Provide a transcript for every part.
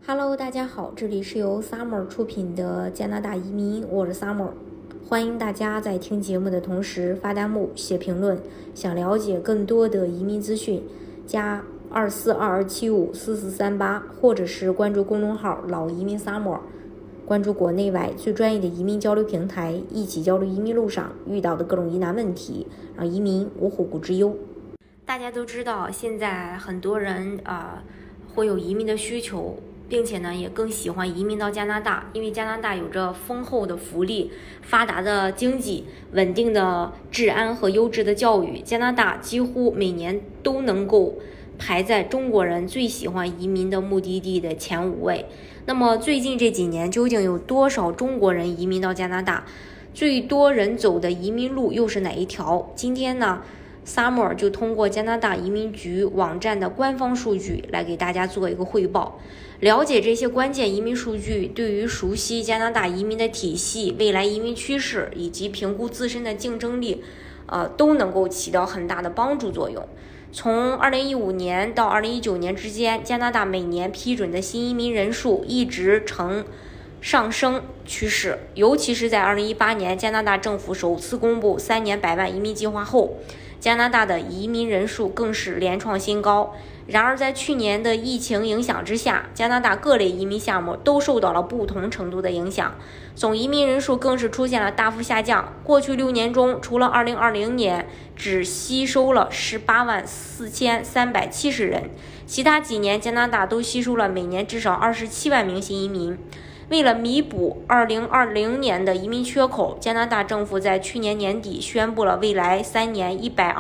Hello， 大家好，这里是由 Summer 出品的加拿大移民，我是 Summer。欢迎大家在听节目的同时发弹幕、写评论。想了解更多的移民资讯，加2422754438，或者是关注公众号老移民 Summer， 关注国内外最专业的移民交流平台，一起交流移民路上遇到的各种疑难问题，让移民无后顾之忧。大家都知道，现在很多人会有移民的需求，并且呢也更喜欢移民到加拿大，因为加拿大有着丰厚的福利、发达的经济、稳定的治安和优质的教育。加拿大几乎每年都能够排在中国人最喜欢移民的目的地的前5位。那么最近这几年究竟有多少中国人移民到加拿大？最多人走的移民路又是哪一条？今天呢Summer 就通过加拿大移民局网站的官方数据来给大家做一个汇报。了解这些关键移民数据，对于熟悉加拿大移民的体系、未来移民趋势以及评估自身的竞争力，都能够起到很大的帮助作用。从2015年到2019年之间，加拿大每年批准的新移民人数一直呈上升趋势，尤其是在2018年，加拿大政府首次公布3年100万移民计划后，加拿大的移民人数更是连创新高。然而在去年的疫情影响之下，加拿大各类移民项目都受到了不同程度的影响，总移民人数更是出现了大幅下降。过去6年中，除了2020年只吸收了184370人，其他几年加拿大都吸收了每年至少27万名新移民。为了弥补2020年的移民缺口，加拿大政府在去年年底宣布了未来3年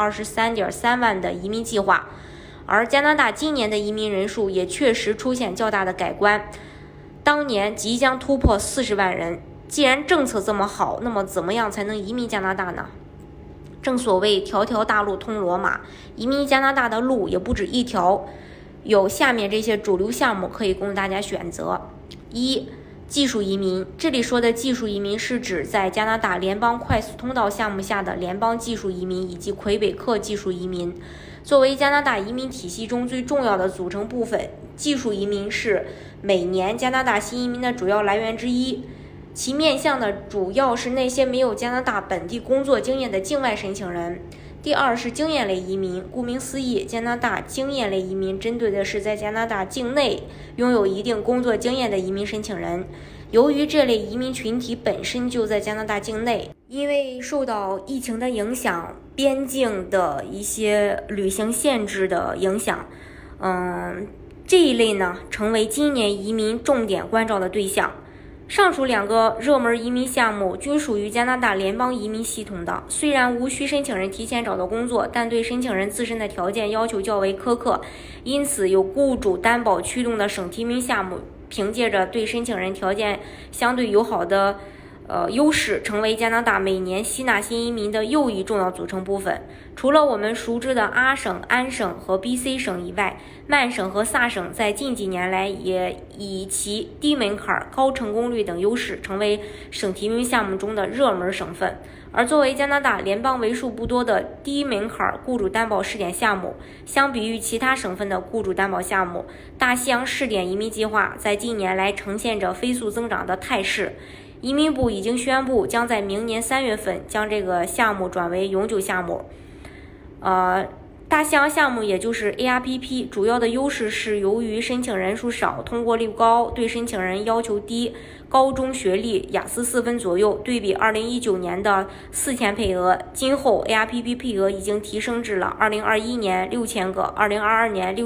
123.3万的移民计划。而加拿大今年的移民人数也确实出现较大的改观，当年即将突破40万人。既然政策这么好，那么怎么样才能移民加拿大呢？正所谓条条大路通罗马，移民加拿大的路也不止一条，有下面这些主流项目可以供大家选择。1、技术移民。这里说的技术移民是指在加拿大联邦快速通道项目下的联邦技术移民以及魁北克技术移民。作为加拿大移民体系中最重要的组成部分，技术移民是每年加拿大新移民的主要来源之一。其面向的主要是那些没有加拿大本地工作经验的境外申请人。第二是经验类移民。顾名思义，加拿大经验类移民针对的是在加拿大境内拥有一定工作经验的移民申请人。由于这类移民群体本身就在加拿大境内，因为受到疫情的影响，边境的一些旅行限制的影响，这一类呢成为今年移民重点关照的对象。上述2个热门移民项目均属于加拿大联邦移民系统的，虽然无需申请人提前找到工作，但对申请人自身的条件要求较为苛刻，因此有雇主担保驱动的省提名项目凭借着对申请人条件相对友好的优势，成为加拿大每年吸纳新移民的又一重要组成部分。除了我们熟知的阿省、安省和 BC 省以外，曼省和萨省在近几年来也以其低门槛、高成功率等优势，成为省提名项目中的热门省份。而作为加拿大联邦为数不多的低门槛雇主担保试点项目，相比于其他省份的雇主担保项目，大西洋试点移民计划在近年来呈现着飞速增长的态势。移民部已经宣布将在明年3月份将这个项目转为永久项目。大西洋项目也就是 ARPP 主要的优势是由于申请人数少，通过率高，对申请人要求低，高中学历雅思4分左右。对比2019年的4000配额，今后 ARPP 配额已经提升至了2021年6000个，2022年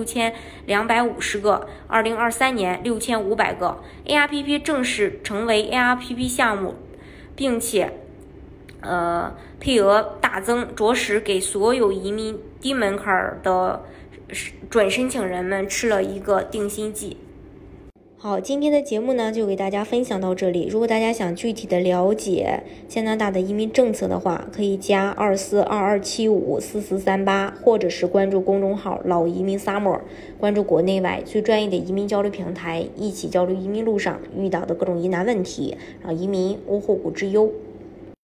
6250个，2023年6500个。ARPP 正式成为 ARPP 项目，并且配额大增，着实给所有移民低门槛的准申请人们吃了一个定心剂。好，今天的节目呢就给大家分享到这里。如果大家想具体的了解加拿大的移民政策的话，可以加2422754438，或者是关注公众号老移民 Summer， 关注国内外最专业的移民交流平台，一起交流移民路上遇到的各种疑难问题，让移民无后顾之忧。